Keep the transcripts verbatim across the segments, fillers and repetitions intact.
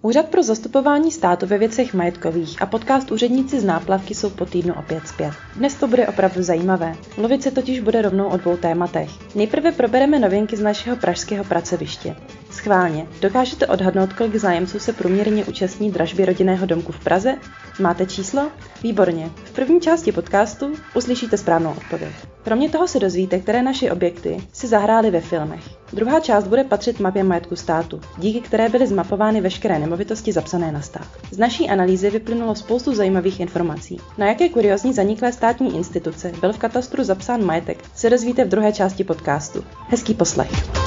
Úřad pro zastupování státu ve věcech majetkových a podcast Úředníci z náplavky jsou po týdnu opět zpět. Dnes to bude opravdu zajímavé. Mluvit se totiž bude rovnou o dvou tématech. Nejprve probereme novinky z našeho pražského pracoviště. Schválně, dokážete odhadnout, kolik zájemců se průměrně účastní dražby rodinného domku v Praze? Máte číslo? Výborně. V první části podcastu uslyšíte správnou odpověď. Kromě toho se dozvíte, které naše objekty si zahrály ve filmech. Druhá část bude patřit mapě majetku státu, díky které byly zmapovány veškeré nemovitosti zapsané na stát. Z naší analýzy vyplynulo spoustu zajímavých informací. Na jaké kuriózní zaniklé státní instituce byl v katastru zapsán majetek, se dozvíte v druhé části podcastu. Hezký poslech.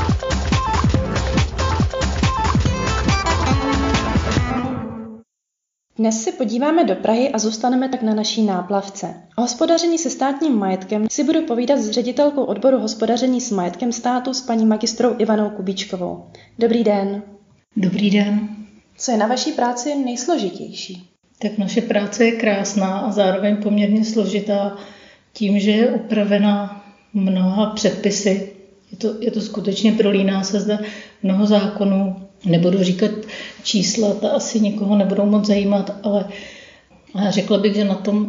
Dnes se podíváme do Prahy a zůstaneme tak na naší náplavce. O hospodaření se státním majetkem si budu povídat s ředitelkou odboru hospodaření s majetkem státu s paní magistrou Ivanou Kubíčkovou. Dobrý den. Dobrý den. Co je na vaší práci nejsložitější? Tak naše práce je krásná a zároveň poměrně složitá tím, že je upravena mnoha předpisy. Je to, je to skutečně prolíná se zde mnoho zákonů. Nebudu říkat čísla, ta asi nikoho nebudou moc zajímat, ale řekla bych, že na tom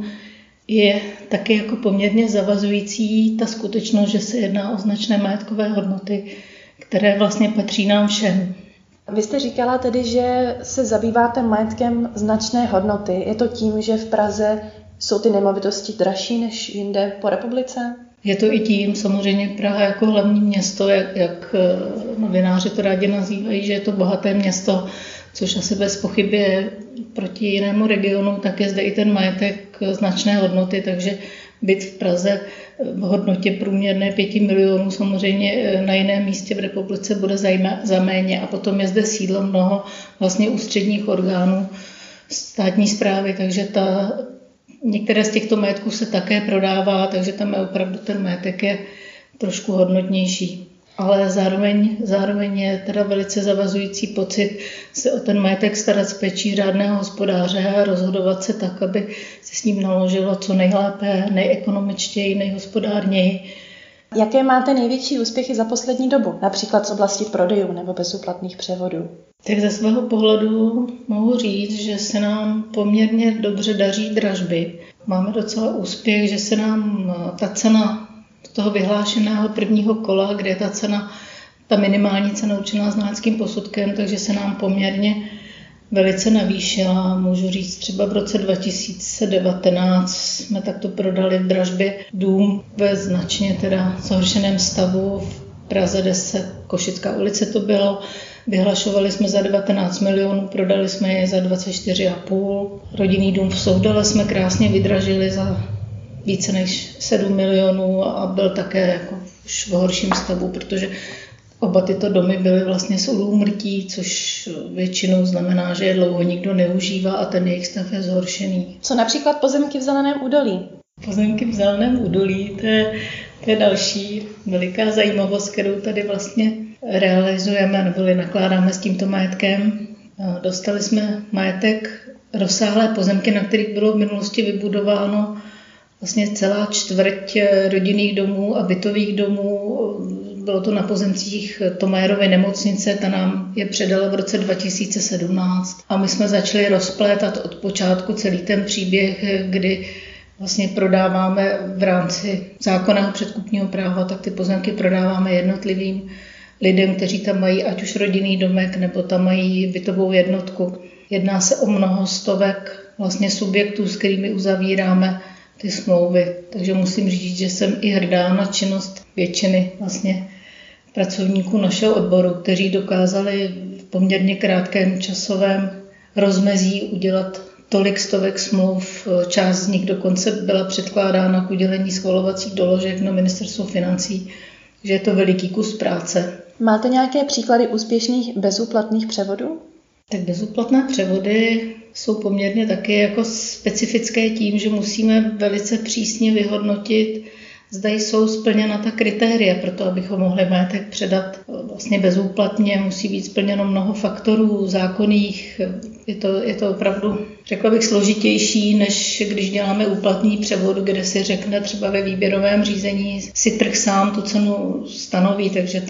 je taky jako poměrně zavazující ta skutečnost, že se jedná o značné majetkové hodnoty, které vlastně patří nám všem. Vy jste říkala tedy, že se zabýváte majetkem značné hodnoty. Je to tím, že v Praze jsou ty nemovitosti dražší než jinde po republice? Je to i tím, samozřejmě Praha jako hlavní město, jak, jak novináři to rádi nazývají, že je to bohaté město, což asi bez pochyby je proti jinému regionu, tak je zde i ten majetek značné hodnoty, takže byt v Praze v hodnotě průměrné pěti milionů samozřejmě na jiném místě v republice bude za méně a potom je zde sídlo mnoho vlastně ústředních orgánů státní správy, takže ta některé z těchto majetků se také prodává, takže tam je opravdu ten majetek je trošku hodnotnější. Ale zároveň, zároveň je teda velice zavazující pocit se o ten majetek starat s péčí řádného hospodáře a rozhodovat se tak, aby se s ním naložilo co nejlépe, nejekonomičtěji, nejhospodárněji. Jaké máte největší úspěchy za poslední dobu, například z oblasti prodejů nebo bezúplatných převodů? Tak ze svého pohledu mohu říct, že se nám poměrně dobře daří dražby. Máme docela úspěch, že se nám ta cena z toho vyhlášeného prvního kola, kde je ta cena, ta minimální cena určená znaleckým posudkem, takže se nám poměrně velice navýšila. Můžu říct, třeba v roce dva tisíce devatenáct jsme takto prodali v dražbě dům ve značně teda zhoršeném stavu v Praze deset, Košická ulice to bylo. Vyhlašovali jsme za devatenáct milionů, prodali jsme je za dvacet čtyři a půl. Rodinný dům v Soudale jsme krásně vydražili za více než sedm milionů a byl také jako už v horším stavu, protože oba tyto domy byly vlastně s úmrtí, což většinou znamená, že je dlouho nikdo neužívá a ten jejich stav je zhoršený. Co například pozemky v Zeleném údolí? Pozemky v Zeleném údolí, to je, to je další veliká zajímavost, kterou tady vlastně realizujeme nebo nakládáme s tímto majetkem. Dostali jsme majetek, rozsáhlé pozemky, na kterých bylo v minulosti vybudováno vlastně celá čtvrť rodinných domů a bytových domů. Bylo to na pozemcích Tomajerovy nemocnice, ta nám je předala v roce dva tisíce sedmnáct. A my jsme začali rozplétat od počátku celý ten příběh, kdy vlastně prodáváme v rámci zákonného předkupního práva, tak ty pozemky prodáváme jednotlivým lidem, kteří tam mají ať už rodinný domek, nebo tam mají bytovou jednotku. Jedná se o mnoho stovek vlastně subjektů, s kterými uzavíráme ty smlouvy. Takže musím říct, že jsem i hrdá na činnost většiny vlastně pracovníků našeho odboru, kteří dokázali v poměrně krátkém časovém rozmezí udělat tolik stovek smluv. Část z nich dokonce byla předkládána k udělení schvalovacích doložek na ministerstvo financí, že je to veliký kus práce. Máte nějaké příklady úspěšných bezúplatných převodů? Tak bezúplatné převody jsou poměrně taky jako specifické tím, že musíme velice přísně vyhodnotit, zda jsou splněna ta kritéria pro to, abychom mohli majetek předat vlastně bezúplatně. Musí být splněno mnoho faktorů zákonných. Je to, je to opravdu, řekla bych, složitější, než když děláme úplatný převod, kde si řekne třeba ve výběrovém řízení si trh sám tu cenu stanoví, takže tam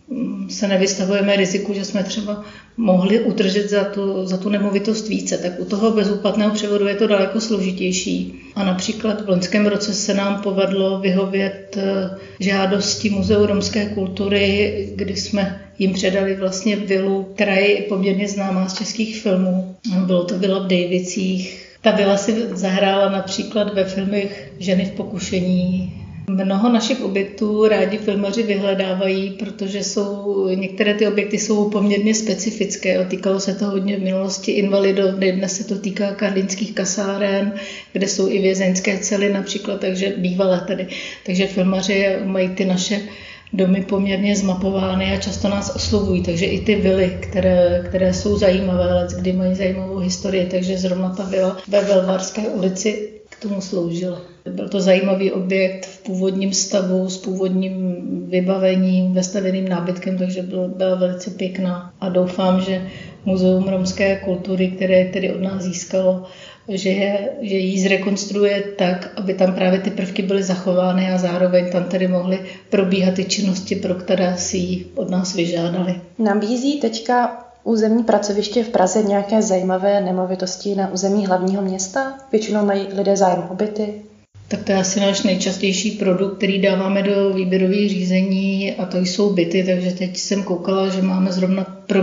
se nevystavujeme riziku, že jsme třeba mohli udržet za tu, za tu nemovitost více, tak u toho bezúplatného převodu je to daleko složitější. A například v loňském roce se nám povedlo vyhovět žádosti Muzeu romské kultury, kdy jsme jim předali vlastně vilu, která je poměrně známá z českých filmů. Bylo to vila v Dejvicích. Ta vila si zahrála například ve filmech Ženy v pokušení. Mnoho našich objektů rádi filmaři vyhledávají, protože jsou, některé ty objekty jsou poměrně specifické. Týkalo se to hodně v minulosti invalidovny, dnes se to týká karlínských kasáren, kde jsou i vězeňské cely například, takže bývalé tedy. Takže filmaři mají ty naše domy poměrně zmapovány a často nás oslovují, takže i ty vily, které, které jsou zajímavé, kdy mají zajímavou historii, takže zrovna ta vila ve Velvarské ulici k tomu sloužila. Byl to zajímavý objekt v původním stavu, s původním vybavením, vestavěným nábytkem, takže byla, byla velice pěkná. A doufám, že Muzeum romské kultury, které tedy od nás získalo, že, je, že ji zrekonstruuje tak, aby tam právě ty prvky byly zachovány a zároveň tam tedy mohly probíhat ty činnosti, pro které si ji od nás vyžádali. Nabízí teďka územní pracoviště v Praze nějaké zajímavé nemovitosti na území hlavního města? Většinou mají lidé zájem o byty. Tak to je asi náš nejčastější produkt, který dáváme do výběrových řízení a to jsou byty, takže teď jsem koukala, že máme zrovna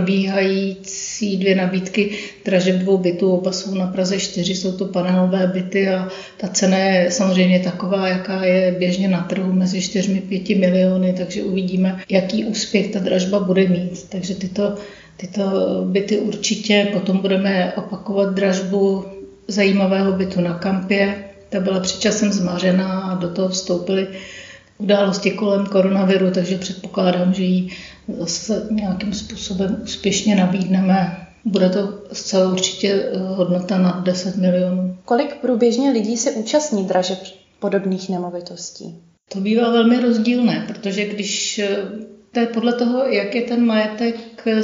probíhající dvě nabídky dražeb dvou bytů, oba jsou na Praze čtyři, jsou to panelové byty a ta cena je samozřejmě taková, jaká je běžně na trhu mezi čtyřmi pěti miliony, takže uvidíme, jaký úspěch ta dražba bude mít. Takže tyto, tyto byty určitě, potom budeme opakovat dražbu zajímavého bytu na Kampě. Ta byla předčasem zmařená a do toho vstoupily události kolem koronaviru, takže předpokládám, že ji zase nějakým způsobem úspěšně nabídneme. Bude to zcela určitě hodnota na deset milionů. Kolik průběžně lidí se účastní dražeb podobných nemovitostí? To bývá velmi rozdílné, protože když to je podle toho, jak je ten majetek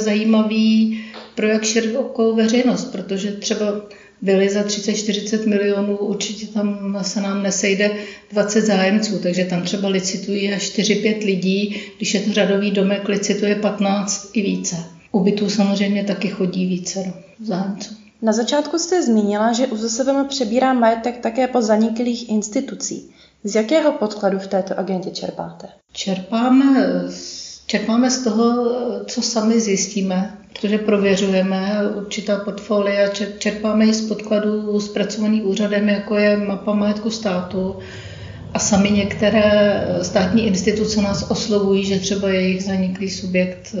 zajímavý pro jak širokou veřejnost, protože třeba byly za třicet čtyřicet milionů, určitě tam se nám nesejde dvacet zájemců, takže tam třeba licitují až čtyři pět lidí, když je to řadový domek, licituje patnáct i více. U bytů samozřejmě taky chodí více zájemců. Na začátku jste zmínila, že ÚZSVM přebírá majetek také po zaniklých institucí. Z jakého podkladu v této agendě čerpáte? Čerpáme, čerpáme z toho, co sami zjistíme, protože prověřujeme určitá portfolia, čerpáme i z podkladů zpracovaných úřadem, jako je mapa majetku státu a sami některé státní instituce nás oslovují, že třeba jejich zaniklý subjekt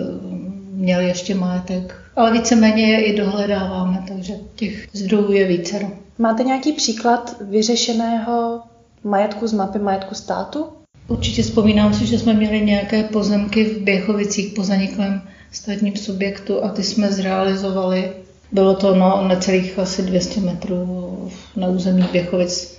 měl ještě majetek. Ale víceméně je i dohledáváme, takže těch zdrojů je více. Máte nějaký příklad vyřešeného majetku z mapy majetku státu? Určitě vzpomínám si, že jsme měli nějaké pozemky v Běchovicích po zaniklém státním subjektu a ty jsme zrealizovali. Bylo to no, necelých asi dvě stě metrů na území Běchovic.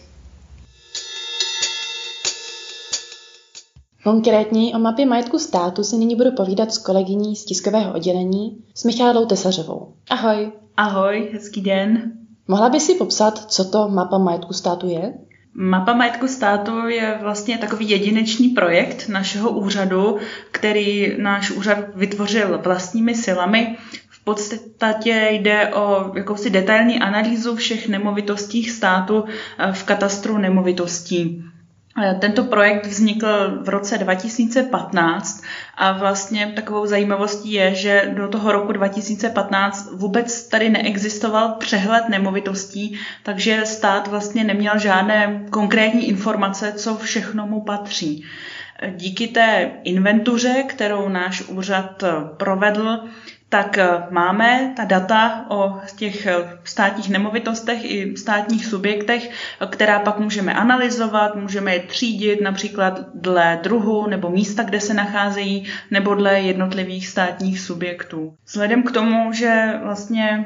Konkrétně o mapě majetku státu si nyní budu povídat s kolegyní z tiskového oddělení, s Michálou Tesařovou. Ahoj. Ahoj, hezký den. Mohla by si popsat, co to mapa majetku státu je? Mapa majetku státu je vlastně takový jedinečný projekt našeho úřadu, který náš úřad vytvořil vlastními silami. V podstatě jde o jakousi detailní analýzu všech nemovitostí státu v katastru nemovitostí. Tento projekt vznikl v roce dva tisíce patnáct a vlastně takovou zajímavostí je, že do toho roku dva tisíce patnáct vůbec tady neexistoval přehled nemovitostí, takže stát vlastně neměl žádné konkrétní informace, co všechno mu patří. Díky té inventuře, kterou náš úřad provedl, tak máme ta data o těch státních nemovitostech i státních subjektech, která pak můžeme analyzovat, můžeme je třídit například dle druhu nebo místa, kde se nacházejí, nebo dle jednotlivých státních subjektů. Vzhledem k tomu, že vlastně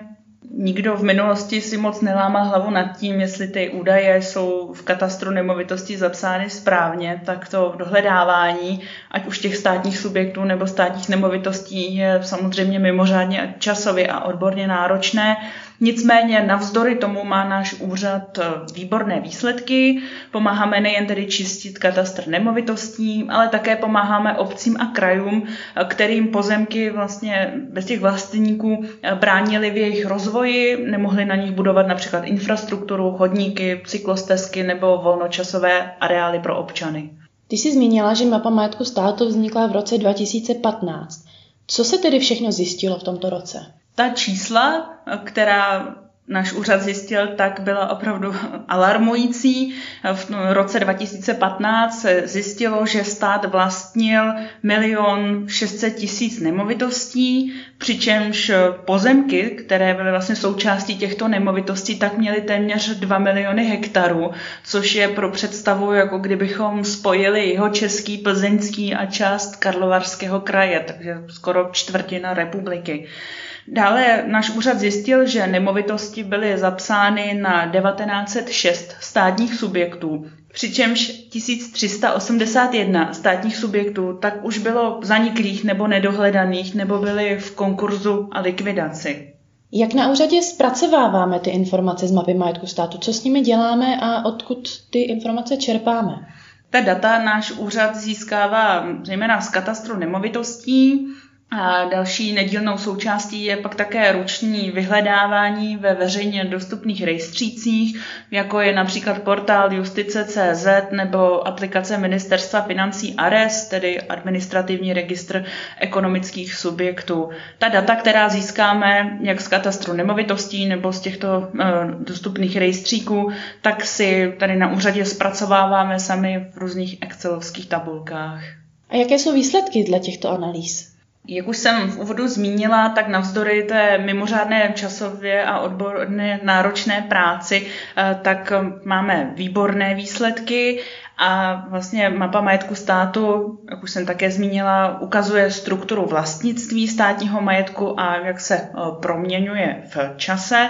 Nikdo v minulosti si moc nelámal hlavu nad tím, jestli ty údaje jsou v katastru nemovitostí zapsány správně, tak to dohledávání, ať už těch státních subjektů nebo státních nemovitostí, je samozřejmě mimořádně časově a odborně náročné. Nicméně navzdory tomu má náš úřad výborné výsledky. Pomáháme nejen tedy čistit katastr nemovitostí, ale také pomáháme obcím a krajům, kterým pozemky vlastně bez těch vlastníků bránily v jejich rozvoji, nemohli na nich budovat například infrastrukturu, chodníky, cyklostezky nebo volnočasové areály pro občany. Ty jsi zmínila, že mapa majetku státu vznikla v roce dva tisíce patnáct. Co se tedy všechno zjistilo v tomto roce? Ta čísla, která náš úřad zjistil, tak byla opravdu alarmující. V roce dva tisíce patnáct se zjistilo, že stát vlastnil milion šest set tisíc nemovitostí, přičemž pozemky, které byly vlastně součástí těchto nemovitostí, tak měly téměř dva miliony hektarů, což je pro představu, jako kdybychom spojili Jihočeský, Plzeňský a část Karlovarského kraje, takže skoro čtvrtina republiky. Dále náš úřad zjistil, že nemovitosti byly zapsány na devatenáct set šest státních subjektů, přičemž tisíc tři sta osmdesát jedna státních subjektů tak už bylo zaniklých nebo nedohledaných nebo byly v konkurzu a likvidaci. Jak na úřadě zpracováváme ty informace z mapy majetku státu? Co s nimi děláme a odkud ty informace čerpáme? Ta data náš úřad získává zejména z katastru nemovitostí. A další nedílnou součástí je pak také ruční vyhledávání ve veřejně dostupných rejstřících, jako je například portál justice tečka cé zet nebo aplikace Ministerstva financí A R E S, tedy administrativní registr ekonomických subjektů. Ta data, která získáme jak z katastru nemovitostí nebo z těchto uh, dostupných rejstříků, tak si tady na úřadě zpracováváme sami v různých excelovských tabulkách. A jaké jsou výsledky dle těchto analýz? Jak už jsem v úvodu zmínila, tak navzdory té mimořádné časově a odborně náročné práci, tak máme výborné výsledky a vlastně mapa majetku státu, jak už jsem také zmínila, ukazuje strukturu vlastnictví státního majetku a jak se proměňuje v čase.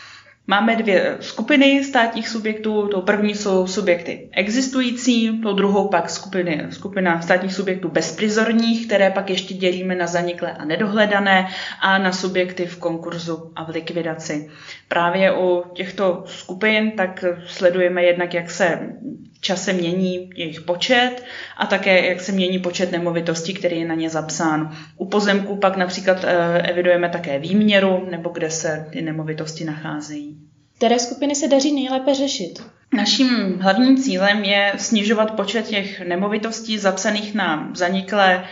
Máme dvě skupiny státních subjektů. Tou první jsou subjekty existující, tou druhou pak skupiny, skupina státních subjektů bezprizorních, které pak ještě dělíme na zaniklé a nedohledané a na subjekty v konkurzu a v likvidaci. Právě u těchto skupin tak sledujeme jednak, jak se v čase mění jejich počet a také, jak se mění počet nemovitostí, který je na ně zapsán. U pozemků pak například evidujeme také výměru nebo kde se ty nemovitosti nacházejí. Které skupiny se daří nejlépe řešit? Naším hlavním cílem je snižovat počet těch nemovitostí zapsaných na zaniklé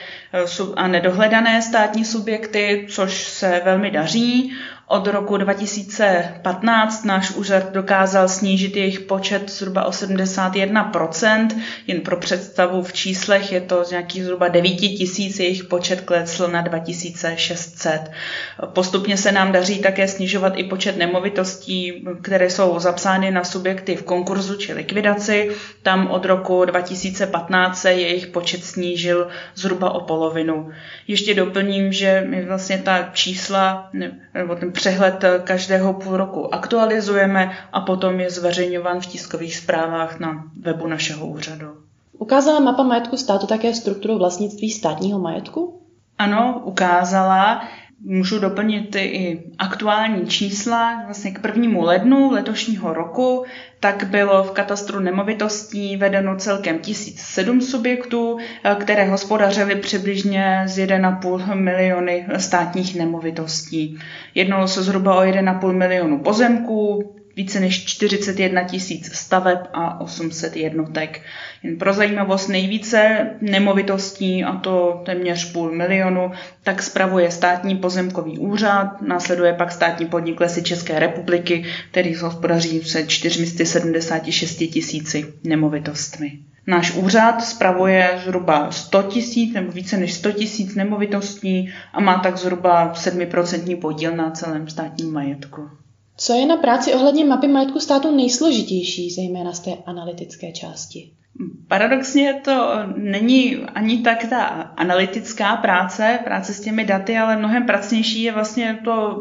a nedohledané státní subjekty, což se velmi daří. Od roku dva tisíce patnáct náš úřad dokázal snížit jejich počet zhruba o sedmdesát jedna procent. Jen pro představu v číslech je to z nějakých zhruba devět tisíc, jejich počet klesl na dva tisíce šest set. Postupně se nám daří také snižovat i počet nemovitostí, které jsou zapsány na subjekty v konkurzu či likvidaci. Tam od roku dva tisíce patnáct se jejich počet snížil zhruba o polovinu. Ještě doplním, že my vlastně ta čísla nebo ten přehled každého půl roku aktualizujeme a potom je zveřejňován v tiskových zprávách na webu našeho úřadu. Ukázala mapa majetku státu také strukturu vlastnictví státního majetku? Ano, ukázala. Můžu doplnit i aktuální čísla. Vlastně k prvnímu lednu letošního roku tak bylo v katastru nemovitostí vedeno celkem tisíc sedm subjektů, které hospodařily přibližně z jedna celá pět miliony státních nemovitostí. Jednalo se zhruba o jedna celá pět milionu pozemků, více než čtyřicet jedna tisíc staveb a osm set jednotek. Jen pro zajímavost nejvíce nemovitostí, a to téměř půl milionu, tak spravuje státní pozemkový úřad, následuje pak státní podnik Lesy České republiky, který hospodaří se čtyři sta sedmdesát šest tisíci nemovitostmi. Náš úřad spravuje zhruba sto tisíc nebo více než sto tisíc nemovitostí a má tak zhruba sedm procent podíl na celém státním majetku. Co je na práci ohledně mapy majetku státu nejsložitější, zejména z té analytické části? Paradoxně to není ani tak ta analytická práce, práce s těmi daty, ale mnohem pracnější je vlastně to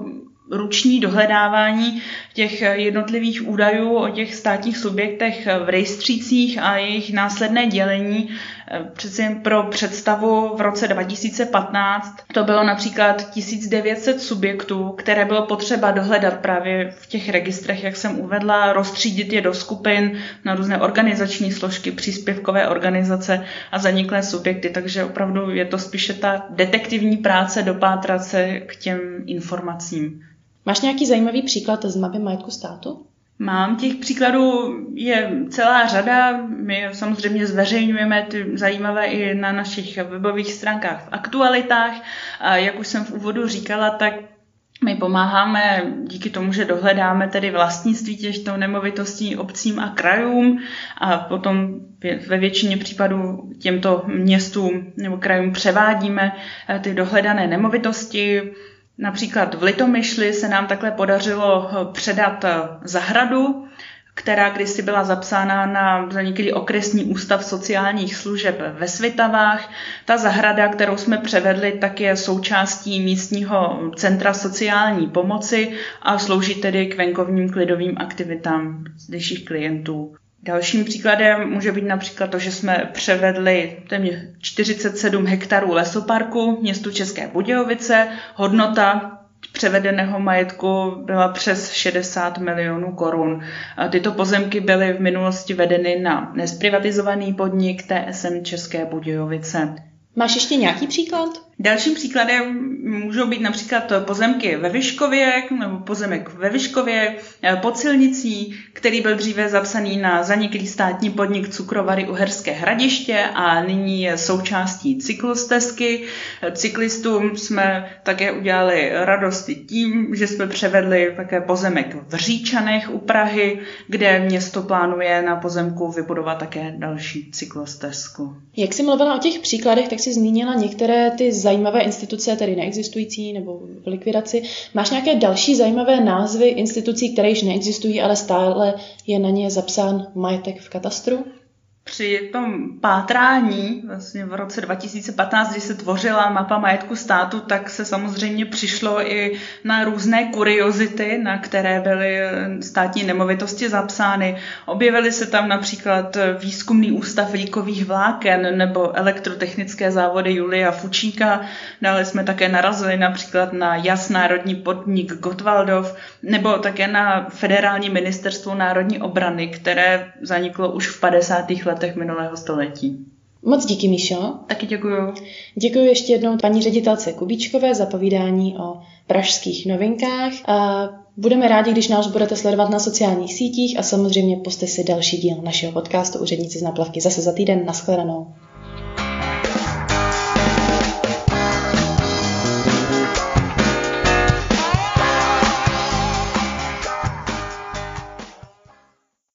ruční dohledávání těch jednotlivých údajů o těch státních subjektech v rejstřících a jejich následné dělení. Přeci jen pro představu v roce dva tisíce patnáct to bylo například tisíc devět set subjektů, které bylo potřeba dohledat právě v těch registrech, jak jsem uvedla, rozstřídit je do skupin na různé organizační složky, příspěvkové organizace a zaniklé subjekty. Takže opravdu je to spíše ta detektivní práce, dopátrat se k těm informacím. Máš nějaký zajímavý příklad z mapy majetku státu? Mám, těch příkladů je celá řada, my samozřejmě zveřejňujeme ty zajímavé i na našich webových stránkách v aktualitách. A jak už jsem v úvodu říkala, tak my pomáháme díky tomu, že dohledáme tedy vlastnictví těchto nemovitostí obcím a krajům a potom ve většině případů těmto městům nebo krajům převádíme ty dohledané nemovitosti. Například v Litomyšli se nám takhle podařilo předat zahradu, která kdysi byla zapsána na zaniklý okresní ústav sociálních služeb ve Svitavách. Ta zahrada, kterou jsme převedli, tak je součástí místního centra sociální pomoci a slouží tedy k venkovním klidovým aktivitám zdejších klientů. Dalším příkladem může být například to, že jsme převedli téměř čtyřicet sedm hektarů lesoparku městu České Budějovice. Hodnota převedeného majetku byla přes šedesát milionů korun. Tyto pozemky byly v minulosti vedeny na nesprivatizovaný podnik T S M České Budějovice. Máš ještě nějaký příklad? Dalším příkladem můžou být například pozemky ve Vyškově, nebo pozemek ve Vyškově pod silnicí, který byl dříve zapsaný na zaniklý státní podnik Cukrovary Uherské Hradiště a nyní je součástí cyklostezky. Cyklistům jsme také udělali radost tím, že jsme převedli také pozemek v Říčanech u Prahy, kde město plánuje na pozemku vybudovat také další cyklostezku. Jak jsi mluvila o těch příkladech, tak jsi zmínila některé ty zajímavé instituce, tedy neexistující nebo v likvidaci. Máš nějaké další zajímavé názvy institucí, které již neexistují, ale stále je na ně zapsán majetek v katastru? Při tom pátrání vlastně v roce dva tisíce patnáct, kdy se tvořila mapa majetku státu, tak se samozřejmě přišlo i na různé kuriozity, na které byly státní nemovitosti zapsány. Objevily se tam například výzkumný ústav líkových vláken nebo elektrotechnické závody Julia Fučíka. Dále jsme také narazili například na Jas národní podnik Gottwaldov nebo také na Federální ministerstvo národní obrany, které zaniklo už v padesátých letech minulého století. Moc díky, Míšo. Taky děkuju. Děkuji ještě jednou paní ředitelce Kubíčkové za povídání o pražských novinkách. A budeme rádi, když nás budete sledovat na sociálních sítích a samozřejmě pusťte si další díl našeho podcastu Úředníci z náplavky zase za týden. Nashledanou.